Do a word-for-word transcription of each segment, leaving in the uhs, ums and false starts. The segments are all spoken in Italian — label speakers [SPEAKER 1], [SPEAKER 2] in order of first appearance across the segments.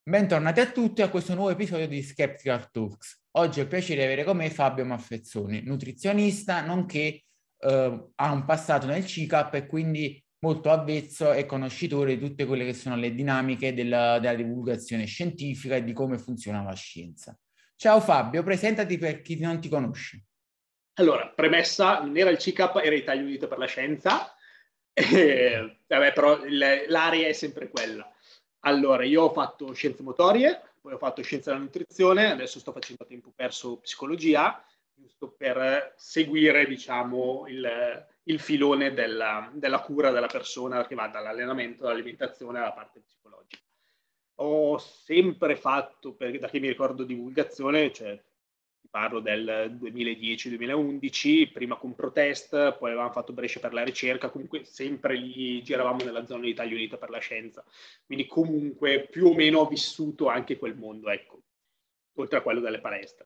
[SPEAKER 1] Bentornati a tutti a questo nuovo episodio di Skeptical Talks. Oggi ho il piacere di avere con me Fabio Maffezzoni, nutrizionista, nonché eh, ha un passato nel C I C A P e quindi molto avvezzo e conoscitore di tutte quelle che sono le dinamiche della, della divulgazione scientifica e di come funziona la scienza. Ciao Fabio, presentati per chi non ti conosce.
[SPEAKER 2] Allora, premessa, non era il C I C A P, era Italia Unita per la Scienza, e, vabbè, però il- l'area è sempre quella. Allora, io ho fatto scienze motorie, poi ho fatto scienze della nutrizione, adesso sto facendo a tempo perso psicologia, giusto per seguire, diciamo, il, il filone della, della cura della persona che va dall'allenamento, dall'alimentazione alla parte psicologica. Ho sempre fatto, per, da che mi ricordo, divulgazione, cioè parlo del duemiladieci-duemilaundici, prima con Protest, poi avevamo fatto Brescia per la ricerca, comunque sempre lì giravamo nella zona di Italia Unita per la Scienza, quindi comunque più o meno ho vissuto anche quel mondo, ecco, oltre a quello delle palestre.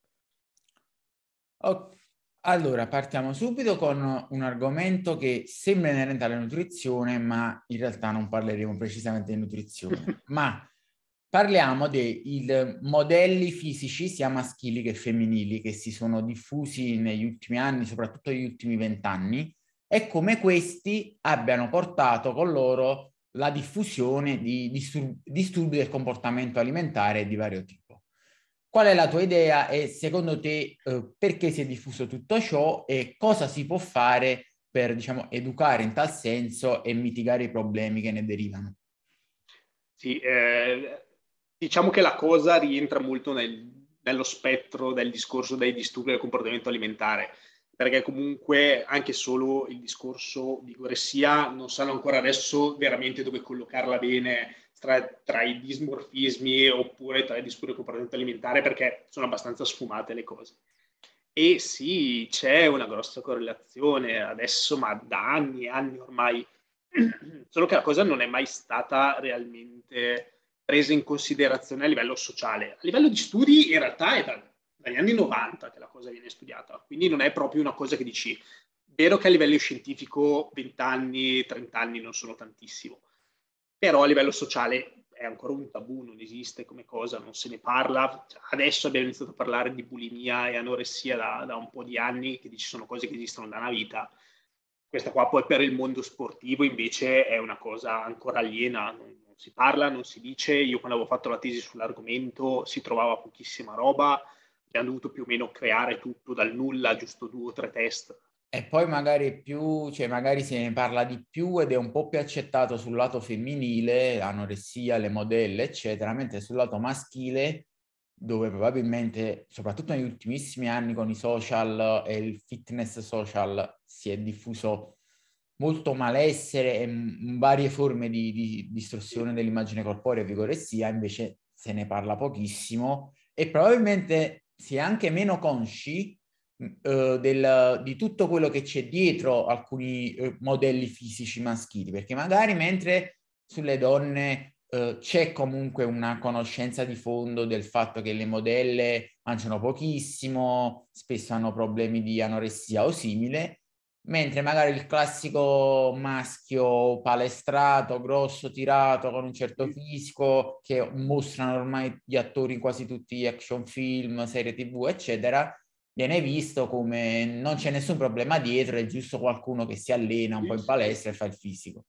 [SPEAKER 1] Ok. Allora, partiamo subito con un argomento che sembra inerente alla nutrizione, ma in realtà non parleremo precisamente di nutrizione, ma parliamo dei modelli fisici sia maschili che femminili che si sono diffusi negli ultimi anni, soprattutto negli ultimi vent'anni, e come questi abbiano portato con loro la diffusione di disturbi, disturbi del comportamento alimentare di vario tipo. Qual è la tua idea e secondo te eh, perché si è diffuso tutto ciò e cosa si può fare per, diciamo, educare in tal senso e mitigare i problemi che ne derivano?
[SPEAKER 2] Sì, eh, diciamo che la cosa rientra molto nel, nello spettro del discorso dei disturbi del comportamento alimentare, perché comunque anche solo il discorso di goressia non sanno ancora adesso veramente dove collocarla bene tra, tra i dismorfismi oppure tra i disturbi del comportamento alimentare, perché sono abbastanza sfumate le cose. E sì, c'è una grossa correlazione adesso, ma da anni e anni ormai, solo che la cosa non è mai stata realmente presa in considerazione a livello sociale. A livello di studi in realtà è da, dagli anni novanta che la cosa viene studiata, quindi non è proprio una cosa che dici, vero che a livello scientifico venti anni, trenta anni non sono tantissimo, però a livello sociale è ancora un tabù, non esiste come cosa, non se ne parla. Adesso abbiamo iniziato a parlare di bulimia e anoressia da, da un po' di anni, che ci sono cose che esistono da una vita. Questa qua poi per il mondo sportivo invece è una cosa ancora aliena, non, non si parla, non si dice. Io quando avevo fatto la tesi sull'argomento si trovava pochissima roba, abbiamo dovuto più o meno creare tutto dal nulla, giusto due o tre test.
[SPEAKER 1] E poi magari più, cioè magari se ne parla di più ed è un po' più accettato sul lato femminile, l'anoressia, le modelle, eccetera, mentre sul lato maschile, dove probabilmente, soprattutto negli ultimissimi anni con i social e il fitness social, si è diffuso molto malessere e m- varie forme di, di distorsione dell'immagine corporea e vigoressia, invece se ne parla pochissimo e probabilmente si è anche meno consci eh, del, di tutto quello che c'è dietro alcuni eh, modelli fisici maschili, perché magari mentre sulle donne eh, c'è comunque una conoscenza di fondo del fatto che le modelle mangiano pochissimo, spesso hanno problemi di anoressia o simile, mentre magari il classico maschio palestrato, grosso, tirato, con un certo fisico, che mostrano ormai gli attori in quasi tutti gli action film, serie tivù, eccetera, viene visto come non c'è nessun problema dietro, è giusto qualcuno che si allena un po'
[SPEAKER 2] Sì,
[SPEAKER 1] in
[SPEAKER 2] sì.
[SPEAKER 1] palestra e fa il fisico.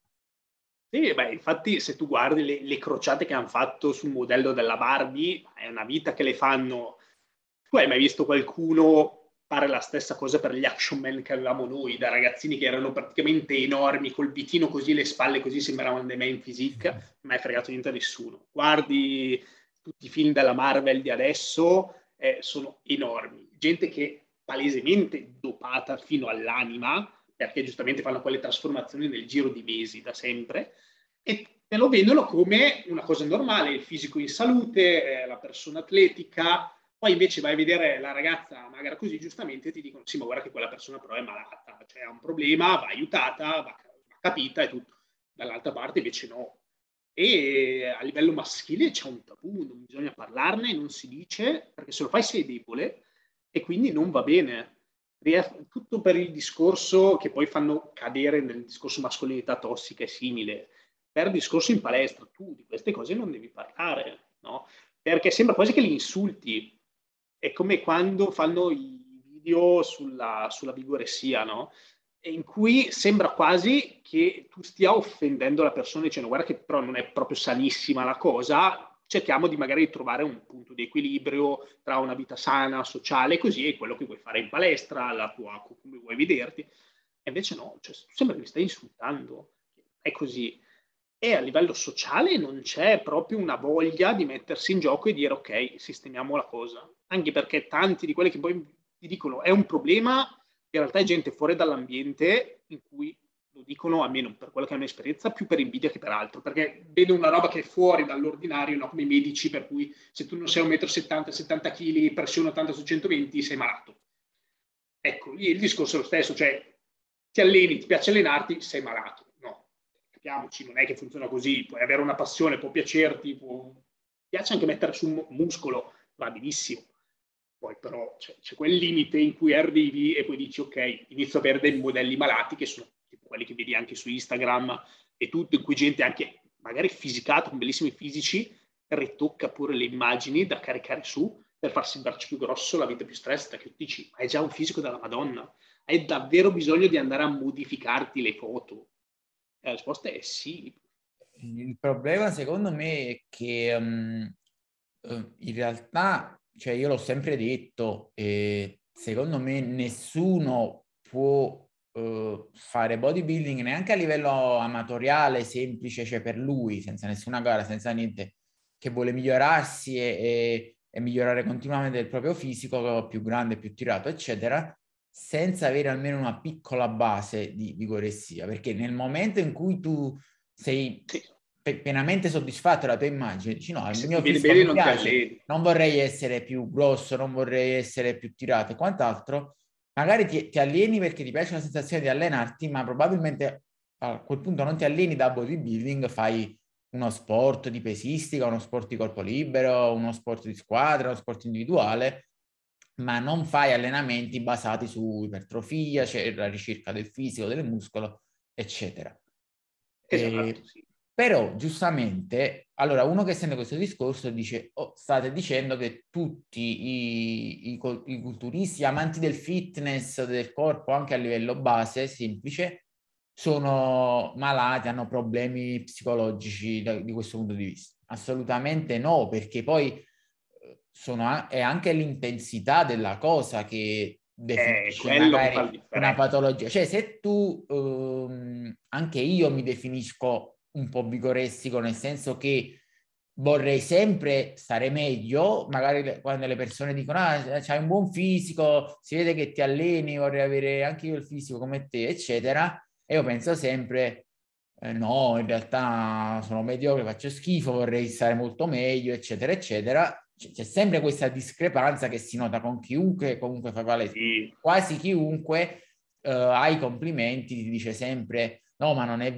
[SPEAKER 2] Sì, beh, infatti se tu guardi le, le crociate che hanno fatto sul modello della Barbie, è una vita che le fanno. Tu hai mai visto qualcuno fare la stessa cosa per gli action man che avevamo noi, da ragazzini che erano praticamente enormi, col bitino così, le spalle così, sembravano dei man physique, non mai fregato niente a nessuno. Guardi tutti i film della Marvel di adesso, eh, sono enormi. Gente che è palesemente dopata fino all'anima, perché giustamente fanno quelle trasformazioni nel giro di mesi da sempre, e te lo vendono come una cosa normale, il fisico in salute, eh, la persona atletica, poi invece vai a vedere la ragazza magra così, giustamente ti dicono sì, ma guarda che quella persona però è malata, cioè ha un problema, va aiutata, va, va capita e tutto. Dall'altra parte invece no. E a livello maschile c'è un tabù, non bisogna parlarne, non si dice, perché se lo fai sei debole e quindi non va bene. Tutto per il discorso che poi fanno cadere nel discorso mascolinità tossica e simile. Per discorso in palestra, tu di queste cose non devi parlare. no? Perché sembra quasi che li insulti. È come quando fanno i video sulla, sulla vigoressia, no? E in cui sembra quasi che tu stia offendendo la persona dicendo guarda che però non è proprio sanissima la cosa, cerchiamo di magari trovare un punto di equilibrio tra una vita sana, sociale, così, e quello che vuoi fare in palestra, la tua, come vuoi vederti. E invece no, cioè, sembra che mi stai insultando. È così. E a livello sociale non c'è proprio una voglia di mettersi in gioco e dire ok, sistemiamo la cosa. Anche perché tanti di quelli che poi ti dicono è un problema, in realtà è gente fuori dall'ambiente in cui lo dicono, almeno per quella che è un'esperienza, più per invidia che per altro, perché vedo una roba che è fuori dall'ordinario, no? Come i medici, per cui se tu non sei un metro e settanta, settanta chili, pressione ottanta su centoventi, sei malato. Ecco, lì il discorso è lo stesso, cioè ti alleni, ti piace allenarti, sei malato. No, capiamoci, non è che funziona così, puoi avere una passione, può piacerti, può... piace anche mettere su un muscolo, va benissimo. Poi però c'è, c'è quel limite in cui arrivi e poi dici ok, inizio a avere dei modelli malati che sono tipo quelli che vedi anche su Instagram e tutto, in cui gente anche magari fisicata, con bellissimi fisici, ritocca pure le immagini da caricare su per farsi il braccio più grosso, la vita più stretta, che tu dici, ma è già un fisico della Madonna, hai davvero bisogno di andare a modificarti le foto? E la risposta è sì.
[SPEAKER 1] Il problema secondo me è che um, in realtà, cioè io l'ho sempre detto, eh, secondo me nessuno può uh, fare bodybuilding neanche a livello amatoriale, semplice, cioè per lui, senza nessuna gara, senza niente, che vuole migliorarsi e, e, e migliorare continuamente il proprio fisico, più grande, più tirato, eccetera, senza avere almeno una piccola base di vigoressia, perché nel momento in cui tu sei
[SPEAKER 2] Sì.
[SPEAKER 1] pienamente soddisfatto della tua immagine, dici no, il
[SPEAKER 2] Se
[SPEAKER 1] mio
[SPEAKER 2] ti vedi
[SPEAKER 1] fisico
[SPEAKER 2] bene
[SPEAKER 1] mi
[SPEAKER 2] non ti
[SPEAKER 1] piace,
[SPEAKER 2] alleni.
[SPEAKER 1] non vorrei essere più grosso, non vorrei essere più tirato e quant'altro, magari ti, ti alleni perché ti piace la sensazione di allenarti, ma probabilmente a quel punto non ti alleni da bodybuilding, fai uno sport di pesistica, uno sport di corpo libero, uno sport di squadra, uno sport individuale, ma non fai allenamenti basati su ipertrofia, cioè la ricerca del fisico, del muscolo, eccetera.
[SPEAKER 2] Esatto,
[SPEAKER 1] E,
[SPEAKER 2] sì.
[SPEAKER 1] però giustamente, allora uno che sente questo discorso dice, oh, state dicendo che tutti i, i, i culturisti, amanti del fitness, del corpo, anche a livello base, semplice, sono malati, hanno problemi psicologici da, di questo punto di vista. Assolutamente no, perché poi sono, è anche l'intensità della cosa che
[SPEAKER 2] È
[SPEAKER 1] definisce
[SPEAKER 2] quello che fa
[SPEAKER 1] magari
[SPEAKER 2] la
[SPEAKER 1] una
[SPEAKER 2] differenza.
[SPEAKER 1] patologia. Cioè, se tu, ehm, anche io mi definisco un po' vigoressico, nel senso che vorrei sempre stare meglio, magari quando le persone dicono ah, c'hai un buon fisico, si vede che ti alleni, vorrei avere anche io il fisico come te, eccetera, e io penso sempre eh, no, in realtà sono mediocre, faccio schifo, vorrei stare molto meglio, eccetera, eccetera. C- c'è sempre questa discrepanza che si nota con chiunque comunque fa palestra.
[SPEAKER 2] Sì.
[SPEAKER 1] Quasi chiunque eh, ha i complimenti, ti dice sempre no, ma non è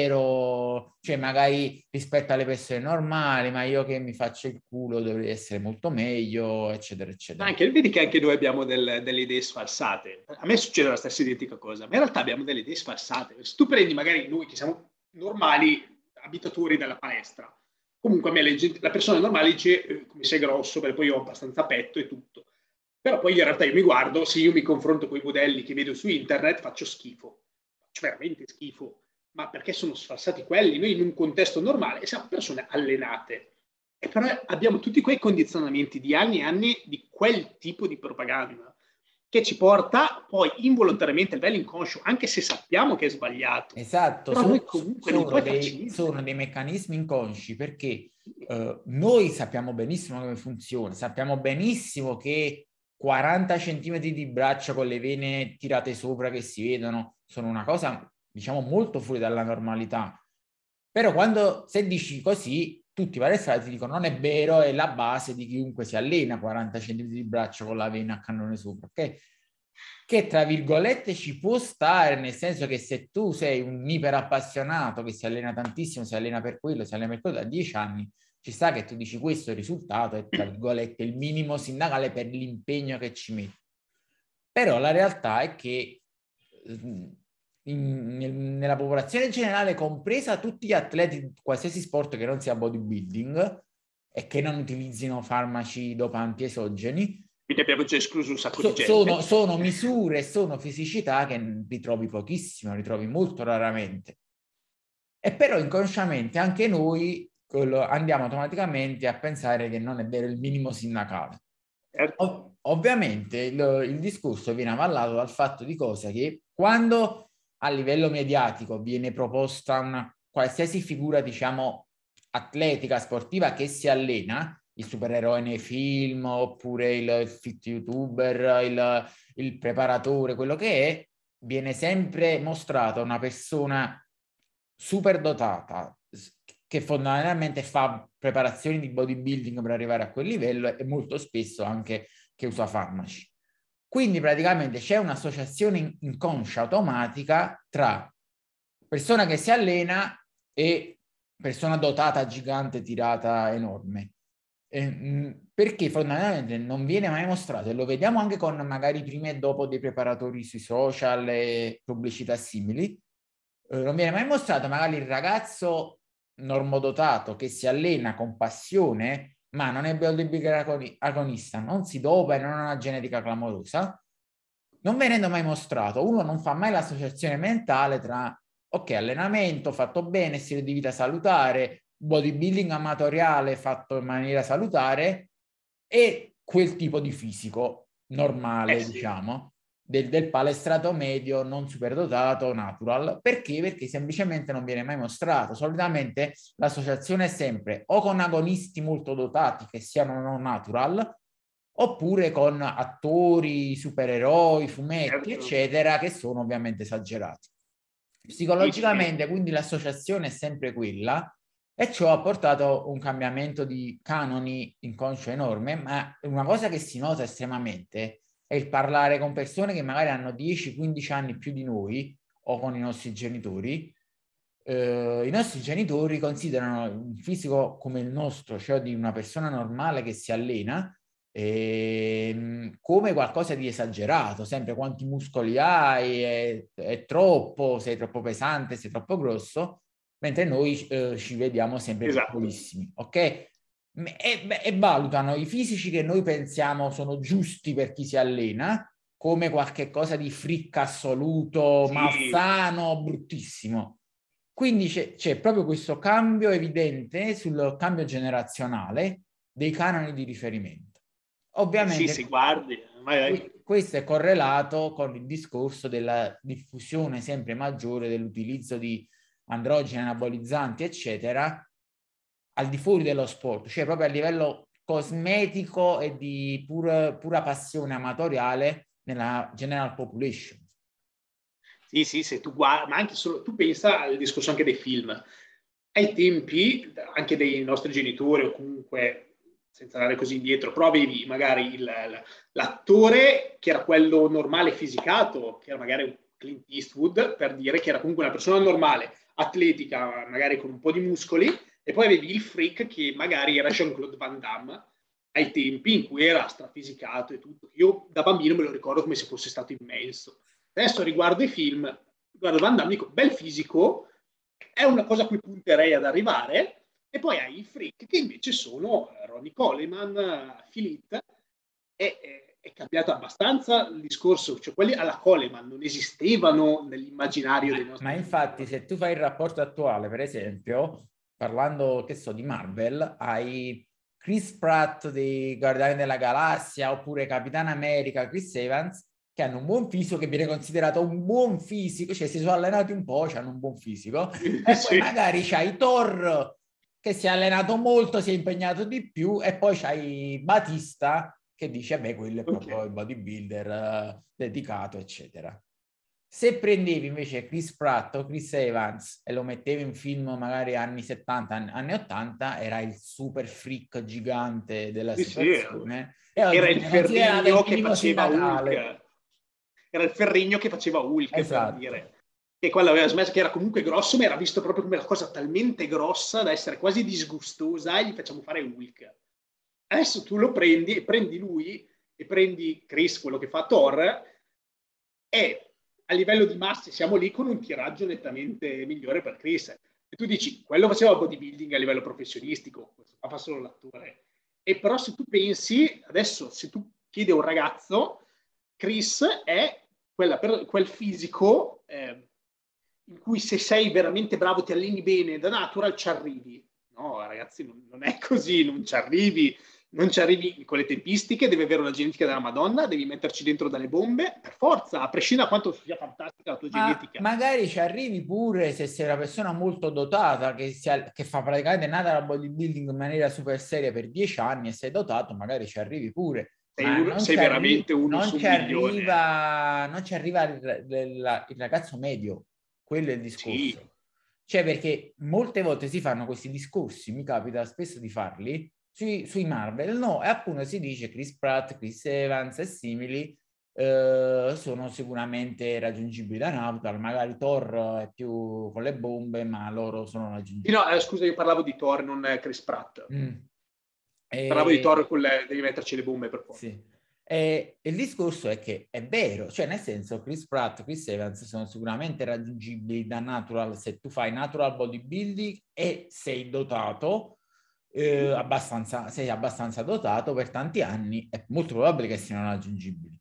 [SPEAKER 1] vero, cioè magari rispetto alle persone normali, ma io che mi faccio il culo dovrei essere molto meglio, eccetera, eccetera.
[SPEAKER 2] Anche, vedi che anche noi abbiamo del- delle idee sfalsate. A me succede la stessa identica cosa, ma in realtà abbiamo delle idee sfalsate. Se tu prendi magari noi che siamo normali abitatori della palestra, comunque a me le gente- la persona normale dice eh, come sei grosso, perché poi io ho abbastanza petto e tutto. Però poi in realtà io mi guardo, se io mi confronto con i modelli che vedo su internet, faccio schifo. Faccio veramente schifo. Ma perché sono sfalsati quelli? Noi in un contesto normale siamo persone allenate. E però abbiamo tutti quei condizionamenti di anni e anni di quel tipo di propaganda che ci porta poi involontariamente a livello inconscio, anche se sappiamo che è sbagliato,
[SPEAKER 1] Esatto,
[SPEAKER 2] però noi
[SPEAKER 1] so-
[SPEAKER 2] comunque non
[SPEAKER 1] sono
[SPEAKER 2] puoi farci
[SPEAKER 1] dei,
[SPEAKER 2] niente.
[SPEAKER 1] sono dei meccanismi inconsci perché eh, noi sappiamo benissimo come funziona, sappiamo benissimo che quaranta centimetri di braccia con le vene tirate sopra che si vedono sono una cosa, diciamo, molto fuori dalla normalità. Però quando, se dici così, tutti i palestrati ti dicono non è vero, è la base di chiunque si allena quaranta centimetri di braccio con la vena a cannone sopra, ok? Che tra virgolette ci può stare, nel senso che se tu sei un iperappassionato che si allena tantissimo, si allena per quello, si allena per quello da dieci anni, ci sta che tu dici questo è il risultato è tra virgolette il minimo sindacale per l'impegno che ci metti. Però la realtà è che in, nel, nella popolazione generale, compresa tutti gli atleti di qualsiasi sport che non sia bodybuilding, e che non utilizzino farmaci dopanti esogeni.
[SPEAKER 2] Quindi abbiamo già escluso un sacco so, di gente.
[SPEAKER 1] Sono, sono misure, sono fisicità che ritrovi pochissimo, ritrovi molto raramente. E però inconsciamente anche noi andiamo automaticamente a pensare che non è vero il minimo sindacale.
[SPEAKER 2] Certo.
[SPEAKER 1] Ov- ovviamente il, il discorso viene avallato dal fatto di cosa che quando a livello mediatico viene proposta una qualsiasi figura, diciamo, atletica, sportiva che si allena, il supereroe nei film, oppure il, il fit youtuber, il, il preparatore, quello che è, viene sempre mostrata una persona super dotata che fondamentalmente fa preparazioni di bodybuilding per arrivare a quel livello e molto spesso anche che usa farmaci. Quindi praticamente c'è un'associazione inconscia automatica tra persona che si allena e persona dotata, gigante, tirata, enorme. Eh, perché fondamentalmente non viene mai mostrato, e lo vediamo anche con magari prima e dopo dei preparatori sui social e pubblicità simili, eh, non viene mai mostrato magari il ragazzo normodotato che si allena con passione, ma non è bodybuilder agonista, non si dopa e non ha una genetica clamorosa, non venendo mai mostrato, uno non fa mai l'associazione mentale tra, ok, allenamento fatto bene, stile di vita salutare, bodybuilding amatoriale fatto in maniera salutare e quel tipo di fisico normale,
[SPEAKER 2] eh sì.
[SPEAKER 1] diciamo, del, del palestrato medio non superdotato, natural. Perché? Perché semplicemente non viene mai mostrato. Solitamente l'associazione è sempre o con agonisti molto dotati che siano non natural, oppure con attori, supereroi, fumetti, certo, eccetera, che sono ovviamente esagerati. Psicologicamente, quindi l'associazione è sempre quella, e ciò ha portato un cambiamento di canoni inconscio enorme, ma una cosa che si nota estremamente è il parlare con persone che magari hanno dieci quindici anni più di noi o con i nostri genitori. Eh, i nostri genitori considerano un fisico come il nostro, cioè di una persona normale che si allena, eh, come qualcosa di esagerato, sempre quanti muscoli hai, è, è troppo, sei troppo pesante, sei troppo grosso, mentre noi eh, ci vediamo sempre
[SPEAKER 2] esatto.
[SPEAKER 1] piccolissimi, ok? E, e valutano i fisici che noi pensiamo sono giusti per chi si allena come qualche cosa di freak assoluto, sì, malsano, bruttissimo. Quindi c'è, c'è proprio questo cambio evidente sul cambio generazionale dei canoni di riferimento. Ovviamente,
[SPEAKER 2] eh sì, se guardi,
[SPEAKER 1] vai. Questo è correlato con il discorso della diffusione sempre maggiore dell'utilizzo di androgeni, anabolizzanti, eccetera, al di fuori dello sport, cioè proprio a livello cosmetico e di pura, pura passione amatoriale nella general population.
[SPEAKER 2] Sì, sì, se tu guardi, ma anche solo, tu pensa al discorso anche dei film. Ai tempi, anche dei nostri genitori, o comunque, senza andare così indietro, però avevi magari il, l'attore che era quello normale fisicato, che era magari un Clint Eastwood, per dire che era comunque una persona normale, atletica, magari con un po' di muscoli, e poi avevi il freak che magari era Jean-Claude Van Damme, ai tempi in cui era strafisicato e tutto. Io da bambino me lo ricordo come se fosse stato immenso. Adesso riguardo i film, guardo Van Damme, dico, bel fisico, è una cosa a cui punterei ad arrivare, e poi hai i freak che invece sono Ronnie Coleman, Philippe, e è, è cambiato abbastanza il discorso, cioè quelli alla Coleman non esistevano nell'immaginario dei nostri.
[SPEAKER 1] Ma infatti se tu fai il rapporto attuale, per esempio, parlando, che so, di Marvel, hai Chris Pratt dei Guardiani della Galassia, oppure Capitan America, Chris Evans, che hanno un buon fisico, che viene considerato un buon fisico, cioè si sono allenati un po', hanno un buon fisico, e sì, poi magari c'hai Thor che si è allenato molto, si è impegnato di più, e poi c'hai Batista che dice, beh, quello è proprio okay, il bodybuilder uh, dedicato, eccetera. Se prendevi invece Chris Pratt o Chris Evans e lo mettevi in film magari anni settanta, anni ottanta, era il super freak gigante della sì, situazione.
[SPEAKER 2] Sì, era il Ferrigno che faceva
[SPEAKER 1] sindacale.
[SPEAKER 2] Hulk. Era il Ferrigno che faceva Hulk,
[SPEAKER 1] esatto,
[SPEAKER 2] per dire. Che quello aveva smesso, che era comunque grosso, ma era visto proprio come una cosa talmente grossa da essere quasi disgustosa, e gli facciamo fare Hulk. Adesso tu lo prendi, prendi lui e prendi Chris, quello che fa Thor, e a livello di masse siamo lì con un tiraggio nettamente migliore per Chris. E tu dici, quello faceva bodybuilding a livello professionistico, questo fa solo l'attore. E però se tu pensi, adesso se tu chiedi a un ragazzo, Chris è quella, per, quel fisico eh, in cui se sei veramente bravo, ti alleni bene, da natural ci arrivi. No, ragazzi, non, non è così, non ci arrivi. Non ci arrivi con le tempistiche, devi avere una genetica della Madonna, devi metterci dentro dalle bombe, per forza, a prescindere da quanto sia fantastica la tua
[SPEAKER 1] Ma
[SPEAKER 2] genetica.
[SPEAKER 1] magari ci arrivi pure se sei una persona molto dotata, che, sia, che fa praticamente nada da bodybuilding in maniera super seria per dieci anni e sei dotato, magari ci arrivi pure.
[SPEAKER 2] Sei,
[SPEAKER 1] Ma
[SPEAKER 2] uno,
[SPEAKER 1] non
[SPEAKER 2] sei
[SPEAKER 1] ci
[SPEAKER 2] veramente
[SPEAKER 1] arri-
[SPEAKER 2] uno
[SPEAKER 1] non
[SPEAKER 2] su
[SPEAKER 1] ci
[SPEAKER 2] un milione.
[SPEAKER 1] arriva, non ci arriva il, il- il ragazzo medio, quello è il discorso.
[SPEAKER 2] Sì.
[SPEAKER 1] Cioè, perché molte volte si fanno questi discorsi, mi capita spesso di farli, sui, sui Marvel, no? E appunto si dice Chris Pratt, Chris Evans e simili eh, sono sicuramente raggiungibili da Nautical, magari Thor è più con le bombe, ma loro sono raggiungibili.
[SPEAKER 2] No, eh, scusa, io parlavo di Thor, non Chris Pratt.
[SPEAKER 1] Mm.
[SPEAKER 2] Parlavo di
[SPEAKER 1] E...
[SPEAKER 2] Thor, con le, devi metterci le bombe per forza.
[SPEAKER 1] Sì. E il discorso è che è vero, cioè nel senso Chris Pratt, Chris Evans sono sicuramente raggiungibili da natural se tu fai natural bodybuilding e sei dotato, eh, abbastanza, sei abbastanza dotato per tanti anni, è molto probabile che siano raggiungibili.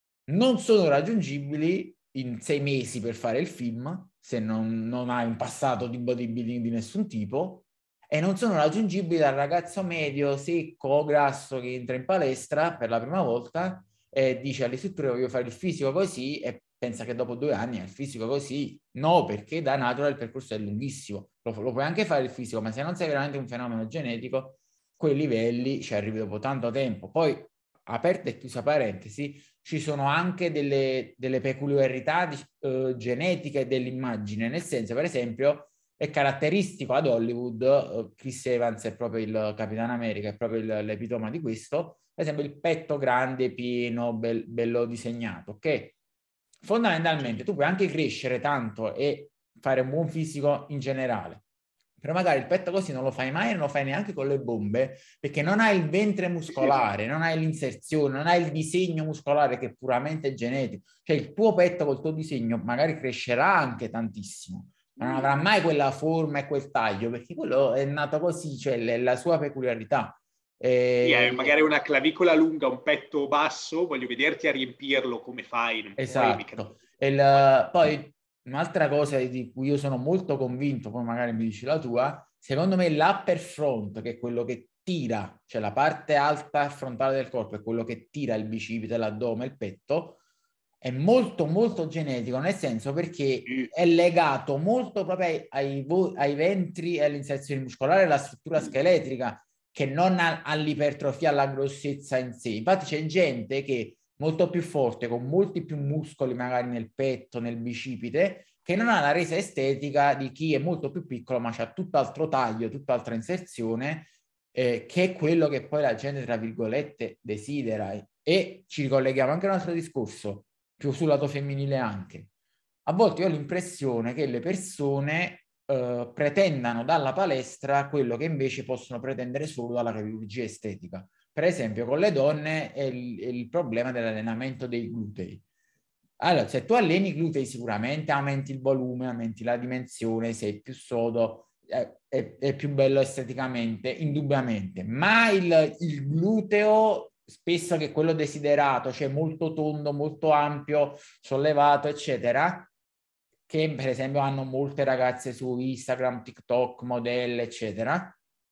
[SPEAKER 1] Non sono raggiungibili in sei mesi per fare il film, se non, non hai un passato di bodybuilding di nessun tipo, e non sono raggiungibili dal ragazzo medio, secco, grasso che entra in palestra per la prima volta e dice all'istruttore voglio fare il fisico così e pensa che dopo due anni è il fisico così. No, perché da natural il percorso è lunghissimo. Lo, lo puoi anche fare il fisico, ma se non sei veramente un fenomeno genetico, quei livelli ci arrivi dopo tanto tempo. Poi, aperta e chiusa parentesi, ci sono anche delle, delle peculiarità di, eh, genetiche dell'immagine, nel senso, per esempio, è caratteristico ad Hollywood, uh, Chris Evans è proprio il Capitano America, è proprio il, l'epitoma di questo, per esempio il petto grande, pieno, be- bello disegnato, ok? Fondamentalmente tu puoi anche crescere tanto e fare un buon fisico in generale, però magari il petto così non lo fai mai e non lo fai neanche con le bombe, perché non hai il ventre muscolare, non hai l'inserzione, non hai il disegno muscolare che è puramente genetico, cioè il tuo petto col tuo disegno magari crescerà anche tantissimo, ma non avrà mai quella forma e quel taglio, perché quello è nato così, cioè è la sua peculiarità.
[SPEAKER 2] Sì, eh,
[SPEAKER 1] E...
[SPEAKER 2] magari una clavicola lunga, un petto basso, voglio vederti a riempirlo come fai, non puoi mica.
[SPEAKER 1] Esatto. Il, poi un'altra cosa di cui io sono molto convinto, poi magari mi dici la tua, secondo me l'upper front, che è quello che tira, cioè la parte alta frontale del corpo, è quello che tira il bicipite, l'addome, il petto, è molto molto genetico, nel senso perché è legato molto proprio ai, ai, ai ventri e all'inserzione muscolare e alla struttura scheletrica che non a, all'ipertrofia, alla grossezza in sé. Infatti c'è gente che è molto più forte, con molti più muscoli magari nel petto, nel bicipite, che non ha la resa estetica di chi è molto più piccolo ma ha tutt'altro taglio, tutt'altra inserzione, eh, che è quello che poi la gente, tra virgolette, desidera. E ci ricolleghiamo anche a un altro discorso, più sul lato femminile anche. A volte io ho l'impressione che le persone eh, pretendano dalla palestra quello che invece possono pretendere solo dalla chirurgia estetica. Per esempio, con le donne è il, è il problema dell'allenamento dei glutei. Allora, se tu alleni i glutei sicuramente aumenti il volume, aumenti la dimensione, sei più sodo, è, è, è più bello esteticamente, indubbiamente, ma il, il gluteo spesso che è quello desiderato, cioè molto tondo, molto ampio, sollevato, eccetera, che per esempio hanno molte ragazze su Instagram, TikTok, modelle, eccetera,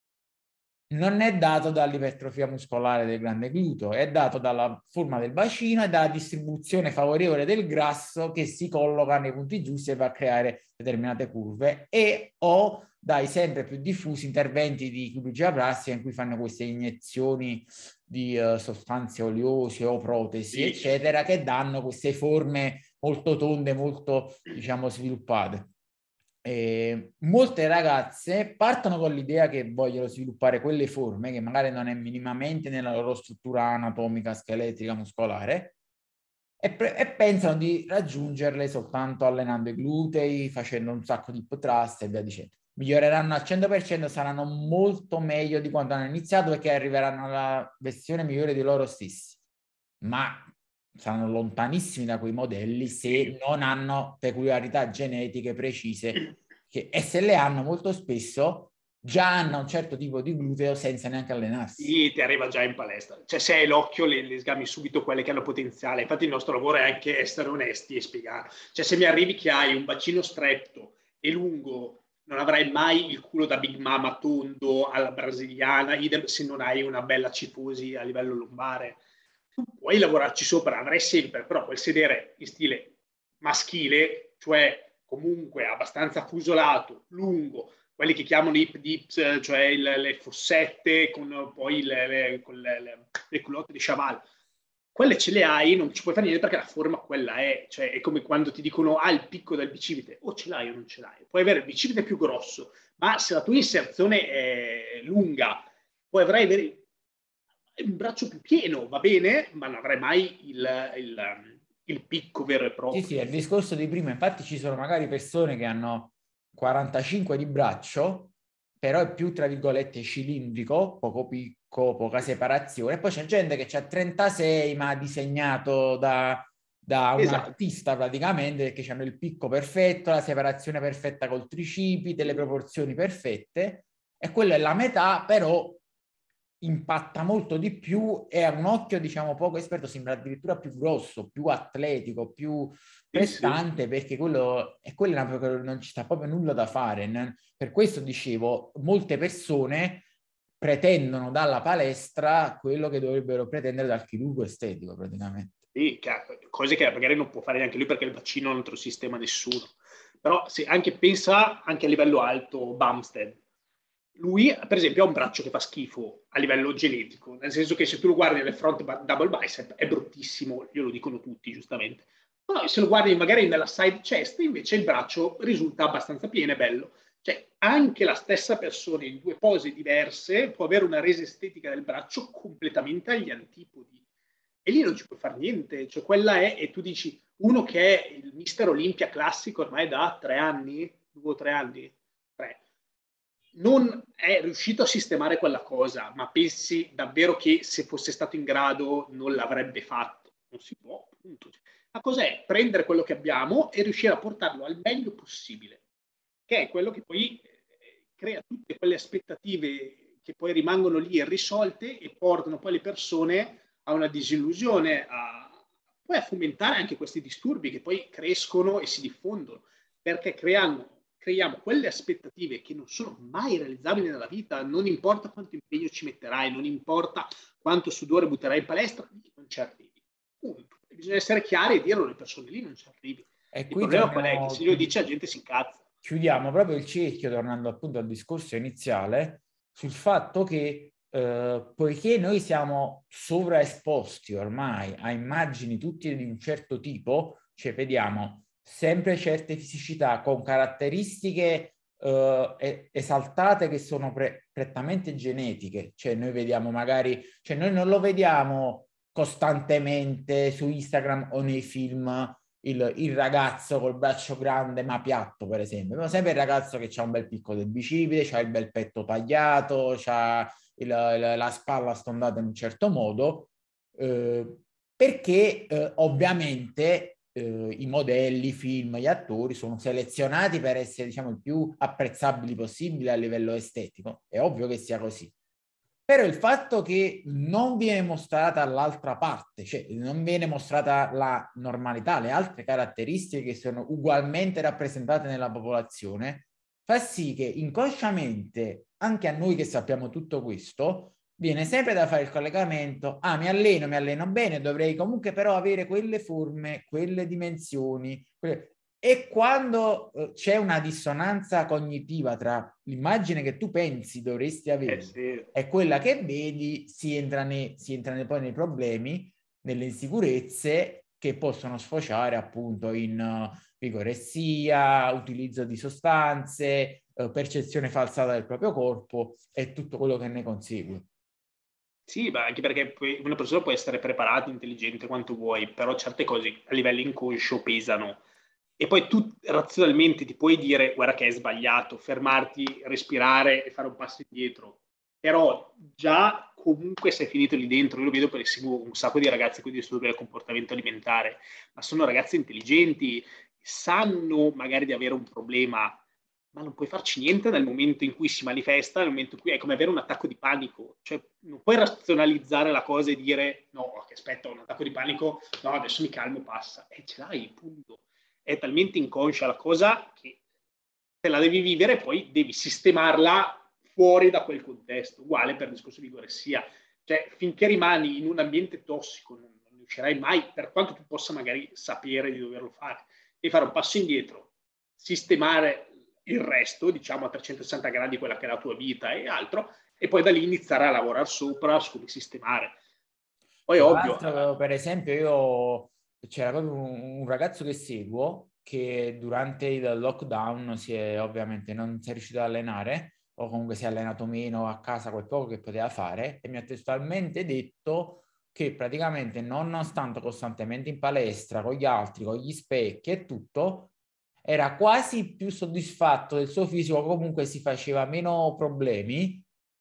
[SPEAKER 1] non è dato dall'ipertrofia muscolare del grande gluteo, è dato dalla forma del bacino e dalla distribuzione favorevole del grasso che si colloca nei punti giusti e va a creare determinate curve, e o dai sempre più diffusi interventi di chirurgia plastica in cui fanno queste iniezioni di uh, sostanze oleose o protesi, sì, eccetera, che danno queste forme molto tonde, molto, diciamo, sviluppate. Eh, molte ragazze partono con l'idea che vogliono sviluppare quelle forme che magari non è minimamente nella loro struttura anatomica, scheletrica, muscolare, e, pre- e pensano di raggiungerle soltanto allenando i glutei, facendo un sacco di hip thrust e via dicendo. Miglioreranno al cento per cento, saranno molto meglio di quando hanno iniziato perché arriveranno alla versione migliore di loro stessi, ma saranno lontanissimi da quei modelli se non hanno peculiarità genetiche precise che, e se le hanno molto spesso già hanno un certo tipo di gluteo senza neanche allenarsi.
[SPEAKER 2] Sì, ti arriva già in palestra. Cioè, se hai l'occhio, le, le sgami subito quelle che hanno potenziale. Infatti il nostro lavoro è anche essere onesti e spiegare. Cioè, se mi arrivi che hai un bacino stretto e lungo, non avrai mai il culo da Big Mama tondo alla brasiliana, idem se non hai una bella cifosi a livello lombare. Tu puoi lavorarci sopra, avrai sempre, però quel sedere in stile maschile, cioè comunque abbastanza fusolato, lungo, quelli che chiamano hip dips, cioè il, le fossette con poi le, le, con le, le, le culotte di Chaval. Quelle ce le hai, non ci puoi fare niente perché la forma quella è. Cioè, è come quando ti dicono ah, il picco del bicipite, o ce l'hai o non ce l'hai. Puoi avere il bicipite più grosso, ma se la tua inserzione è lunga, poi avrai avere un braccio più pieno, va bene, ma non avrai mai il, il, il picco vero e proprio.
[SPEAKER 1] Sì, sì, è il discorso di prima. Infatti ci sono magari persone che hanno quarantacinque di braccio, però è più, tra virgolette, cilindrico, poco picco, poca separazione. E poi c'è gente che ha trentasei, ma ha disegnato da, da un
[SPEAKER 2] Esatto.
[SPEAKER 1] artista praticamente, perché hanno il picco perfetto, la separazione perfetta col tricipite, le proporzioni perfette. E quella è la metà, però impatta molto di più e a un occhio, diciamo, poco esperto sembra addirittura più grosso, più atletico, più prestante, sì, perché quello è quello non ci sta proprio nulla da fare. Per questo dicevo, molte persone pretendono dalla palestra quello che dovrebbero pretendere dal chirurgo estetico, praticamente.
[SPEAKER 2] Sì, cose che magari non può fare neanche lui perché il vaccino non te lo sistema nessuno. Però se anche pensa anche a livello alto Bumstead. Lui, per esempio, ha un braccio che fa schifo a livello genetico, nel senso che se tu lo guardi nel front double bicep è bruttissimo, glielo dicono tutti giustamente. Però se lo guardi magari nella side chest, invece il braccio risulta abbastanza pieno e bello. Cioè, anche la stessa persona in due pose diverse può avere una resa estetica del braccio completamente agli antipodi. E lì non ci puoi fare niente. Cioè, quella è, e tu dici, uno che è il Mister Olympia classico ormai da tre anni, due o tre anni, tre, non è riuscito a sistemare quella cosa, ma pensi davvero che se fosse stato in grado non l'avrebbe fatto? Non si può, appunto. La cosa è prendere quello che abbiamo e riuscire a portarlo al meglio possibile, che è quello che poi crea tutte quelle aspettative che poi rimangono lì irrisolte e portano poi le persone a una disillusione, a, poi a fomentare anche questi disturbi che poi crescono e si diffondono, perché creano creiamo quelle aspettative che non sono mai realizzabili nella vita, non importa quanto impegno ci metterai, non importa quanto sudore butterai in palestra, non ci arrivi. Punto. E bisogna essere chiari e dirlo alle persone, lì non ci arrivi.
[SPEAKER 1] E
[SPEAKER 2] il
[SPEAKER 1] qui
[SPEAKER 2] problema qual è?
[SPEAKER 1] torniamo,
[SPEAKER 2] Che se glielo dice la gente si incazza.
[SPEAKER 1] Chiudiamo proprio il cerchio, tornando appunto al discorso iniziale, sul fatto che eh, poiché noi siamo sovraesposti ormai a immagini tutte di un certo tipo, cioè vediamo sempre certe fisicità con caratteristiche eh, esaltate che sono pre prettamente genetiche, cioè noi vediamo magari, cioè noi non lo vediamo costantemente su Instagram o nei film il, il ragazzo col braccio grande ma piatto, per esempio, ma sempre il ragazzo che ha un bel picco del bicipite, ha il bel petto tagliato, ha il, il, la spalla stondata in un certo modo, eh, perché eh, ovviamente eh, i modelli, i film, gli attori sono selezionati per essere, diciamo, il più apprezzabili possibile a livello estetico. È ovvio che sia così. Però il fatto che non viene mostrata l'altra parte, cioè non viene mostrata la normalità, le altre caratteristiche che sono ugualmente rappresentate nella popolazione, fa sì che inconsciamente, anche a noi che sappiamo tutto questo, viene sempre da fare il collegamento, ah mi alleno, mi alleno bene, dovrei comunque però avere quelle forme, quelle dimensioni, quelle... E quando eh, c'è una dissonanza cognitiva tra l'immagine che tu pensi dovresti avere
[SPEAKER 2] eh sì.
[SPEAKER 1] e quella che vedi, si entra, ne, si entra ne, poi nei problemi, nelle insicurezze che possono sfociare appunto in uh, vigoressia, utilizzo di sostanze, uh, percezione falsata del proprio corpo e tutto quello che ne consegue.
[SPEAKER 2] Sì, ma anche perché una persona può essere preparata, intelligente quanto vuoi, però certe cose a livello inconscio pesano. E poi tu razionalmente ti puoi dire guarda che è sbagliato, fermarti, respirare e fare un passo indietro. Però già comunque sei finito lì dentro, io lo vedo perché seguo un sacco di ragazzi con disturbi del comportamento alimentare, ma sono ragazzi intelligenti, sanno magari di avere un problema, ma non puoi farci niente nel momento in cui si manifesta, nel momento in cui è come avere un attacco di panico. Cioè, non puoi razionalizzare la cosa e dire, no, che aspetta, ho un attacco di panico, no, adesso mi calmo, passa. E ce l'hai, punto. È talmente inconscia la cosa che te la devi vivere e poi devi sistemarla fuori da quel contesto. Uguale per il discorso di goressia. Cioè, finché rimani in un ambiente tossico, non, non riuscirai mai, per quanto tu possa magari sapere di doverlo fare. Devi fare un passo indietro, sistemare il resto, diciamo a trecentosessanta gradi, quella che è la tua vita e altro, e poi da lì iniziare a lavorare sopra su come sistemare. Poi
[SPEAKER 1] Tra
[SPEAKER 2] ovvio.
[SPEAKER 1] l'altro, per esempio, io c'era proprio un, un ragazzo che seguo che durante il lockdown si è ovviamente non si è riuscito ad allenare, o comunque si è allenato meno a casa quel poco che poteva fare, e mi ha testualmente detto che praticamente nonostante costantemente in palestra con gli altri, con gli specchi e tutto, era quasi più soddisfatto del suo fisico, comunque si faceva meno problemi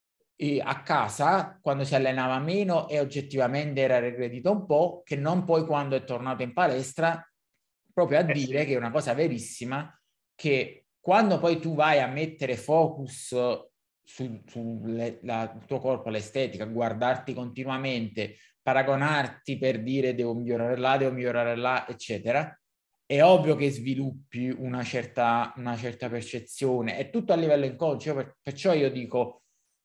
[SPEAKER 1] a casa quando si allenava meno e oggettivamente era regredito un po', che non poi quando è tornato in palestra, proprio a
[SPEAKER 2] Eh
[SPEAKER 1] dire
[SPEAKER 2] sì.
[SPEAKER 1] che è una cosa verissima, che quando poi tu vai a mettere focus sul su tuo corpo, l'estetica, guardarti continuamente, paragonarti per dire devo migliorare là, devo migliorare là, eccetera, è ovvio che sviluppi una certa, una certa percezione, è tutto a livello inconscio, per, perciò io dico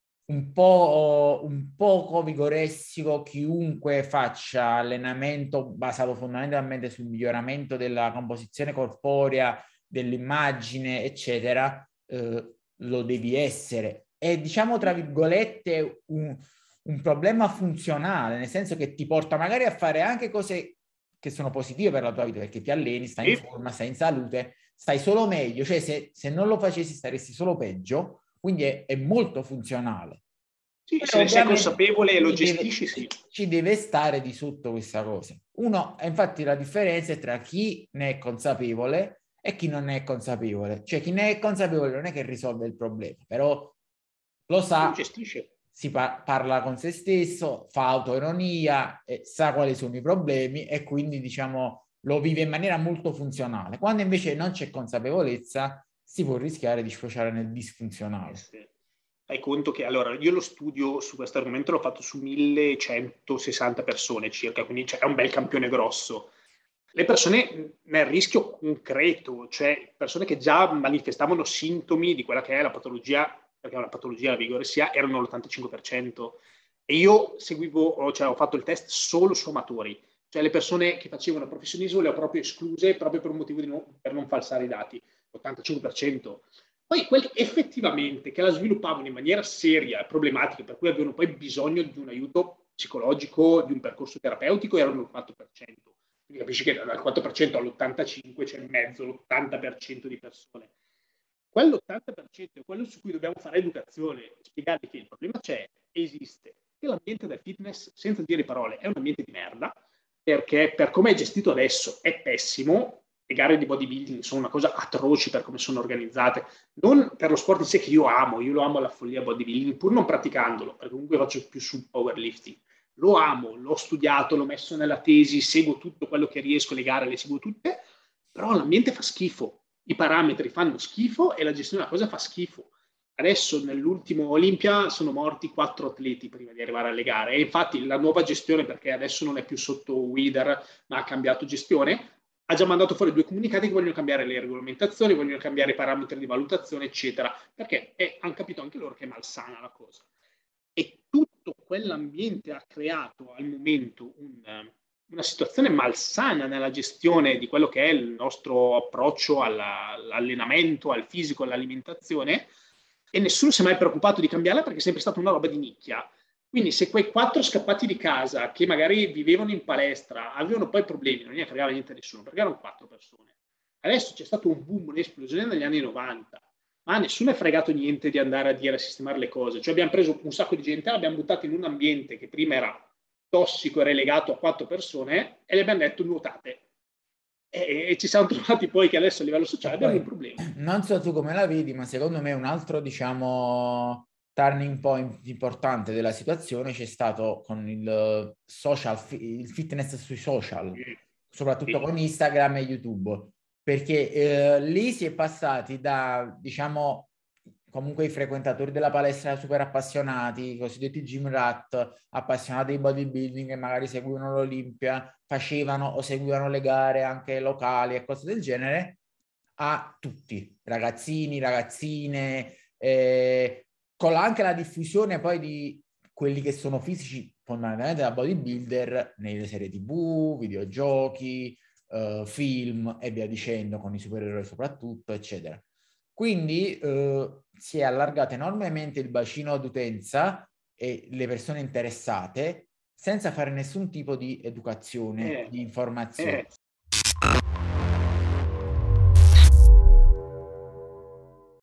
[SPEAKER 1] un po', un poco vigoressico chiunque faccia allenamento basato fondamentalmente sul miglioramento della composizione corporea, dell'immagine, eccetera, eh, lo devi essere. È, diciamo, tra virgolette, un, un problema funzionale, nel senso che ti porta magari a fare anche cose che sono positive per la tua vita, perché ti alleni, stai in forma, stai in salute, stai solo meglio, cioè se, se non lo facessi staresti solo peggio, quindi è, è molto funzionale.
[SPEAKER 2] Sì,
[SPEAKER 1] Però
[SPEAKER 2] se ne sei
[SPEAKER 1] ovviamente
[SPEAKER 2] consapevole e lo
[SPEAKER 1] ci deve,
[SPEAKER 2] gestisci, sì.
[SPEAKER 1] ci deve stare di sotto questa cosa. Uno, infatti la differenza è tra chi ne è consapevole e chi non ne è consapevole. Cioè chi ne è consapevole non è che risolve il problema, però lo sa,
[SPEAKER 2] Lo gestisce.
[SPEAKER 1] si par- parla con se stesso, fa autoironia, e sa quali sono i problemi e quindi diciamo lo vive in maniera molto funzionale. Quando invece non c'è consapevolezza si può rischiare di sfociare nel disfunzionale.
[SPEAKER 2] Eh sì. Fai conto che allora io lo studio su questo argomento l'ho fatto su millecentosessanta persone circa, quindi cioè, è un bel campione grosso. Le persone nel rischio concreto, cioè persone che già manifestavano sintomi di quella che è la patologia, perché è una patologia la vigorexia, erano l'ottantacinque per cento. E io seguivo, cioè ho fatto il test solo su amatori, cioè le persone che facevano professionismo le ho proprio escluse proprio per un motivo di non, per non falsare i dati, l'ottantacinque per cento. Poi quelli effettivamente che la sviluppavano in maniera seria e problematica, per cui avevano poi bisogno di un aiuto psicologico, di un percorso terapeutico, erano il quattro per cento. Quindi capisci che dal quattro per cento all'ottantacinque per cento c'è in mezzo l'ottanta per cento di persone. Quell'ottanta per cento è quello su cui dobbiamo fare educazione, spiegare che il problema c'è, esiste, che l'ambiente del fitness, senza dire parole, è un ambiente di merda, perché per come è gestito adesso è pessimo. Le gare di bodybuilding sono una cosa atroci per come sono organizzate, non per lo sport in sé che io amo, io lo amo alla follia bodybuilding, pur non praticandolo, perché comunque faccio più sul powerlifting. Lo amo, l'ho studiato, l'ho messo nella tesi, seguo tutto quello che riesco, le gare le seguo tutte, però l'ambiente fa schifo, i parametri fanno schifo e la gestione della cosa fa schifo. Adesso nell'ultimo Olimpia sono morti quattro atleti prima di arrivare alle gare e infatti la nuova gestione, perché adesso non è più sotto Weider ma ha cambiato gestione, ha già mandato fuori due comunicati che vogliono cambiare le regolamentazioni, vogliono cambiare i parametri di valutazione, eccetera, perché è, hanno capito anche loro che è malsana la cosa. E tutto quell'ambiente ha creato al momento un, una situazione malsana nella gestione di quello che è il nostro approccio alla, all'allenamento, al fisico, all'alimentazione, e nessuno si è mai preoccupato di cambiarla perché è sempre stata una roba di nicchia. Quindi se quei quattro scappati di casa che magari vivevano in palestra avevano poi problemi, non gli fregava niente a nessuno, perché erano quattro persone. Adesso c'è stato un boom, un'esplosione negli anni novanta, ma nessuno è fregato niente di andare a dire a sistemare le cose. Cioè abbiamo preso un sacco di gente, l'abbiamo buttato in un ambiente che prima era tossico e relegato a quattro persone e gli abbiamo detto nuotate. E, e ci siamo trovati poi che adesso a livello sociale abbiamo un problema.
[SPEAKER 1] Non so tu come la vedi, ma secondo me un altro, diciamo, turning point importante della situazione c'è stato con il social, il fitness sui social, soprattutto
[SPEAKER 2] Sì.
[SPEAKER 1] con Instagram e YouTube, perché eh, lì si è passati da, diciamo, comunque i frequentatori della palestra super appassionati, i cosiddetti gym rat, appassionati di bodybuilding che magari seguivano l'Olimpia, facevano o seguivano le gare anche locali e cose del genere, a tutti, ragazzini, ragazzine, eh, con anche la diffusione poi di quelli che sono fisici fondamentalmente da bodybuilder nelle serie tivù, videogiochi, eh, film e via dicendo, con i supereroi soprattutto, eccetera. Quindi eh, si è allargato enormemente il bacino d'utenza e le persone interessate senza fare nessun tipo di educazione,
[SPEAKER 2] Eh,
[SPEAKER 1] di informazione.
[SPEAKER 2] eh,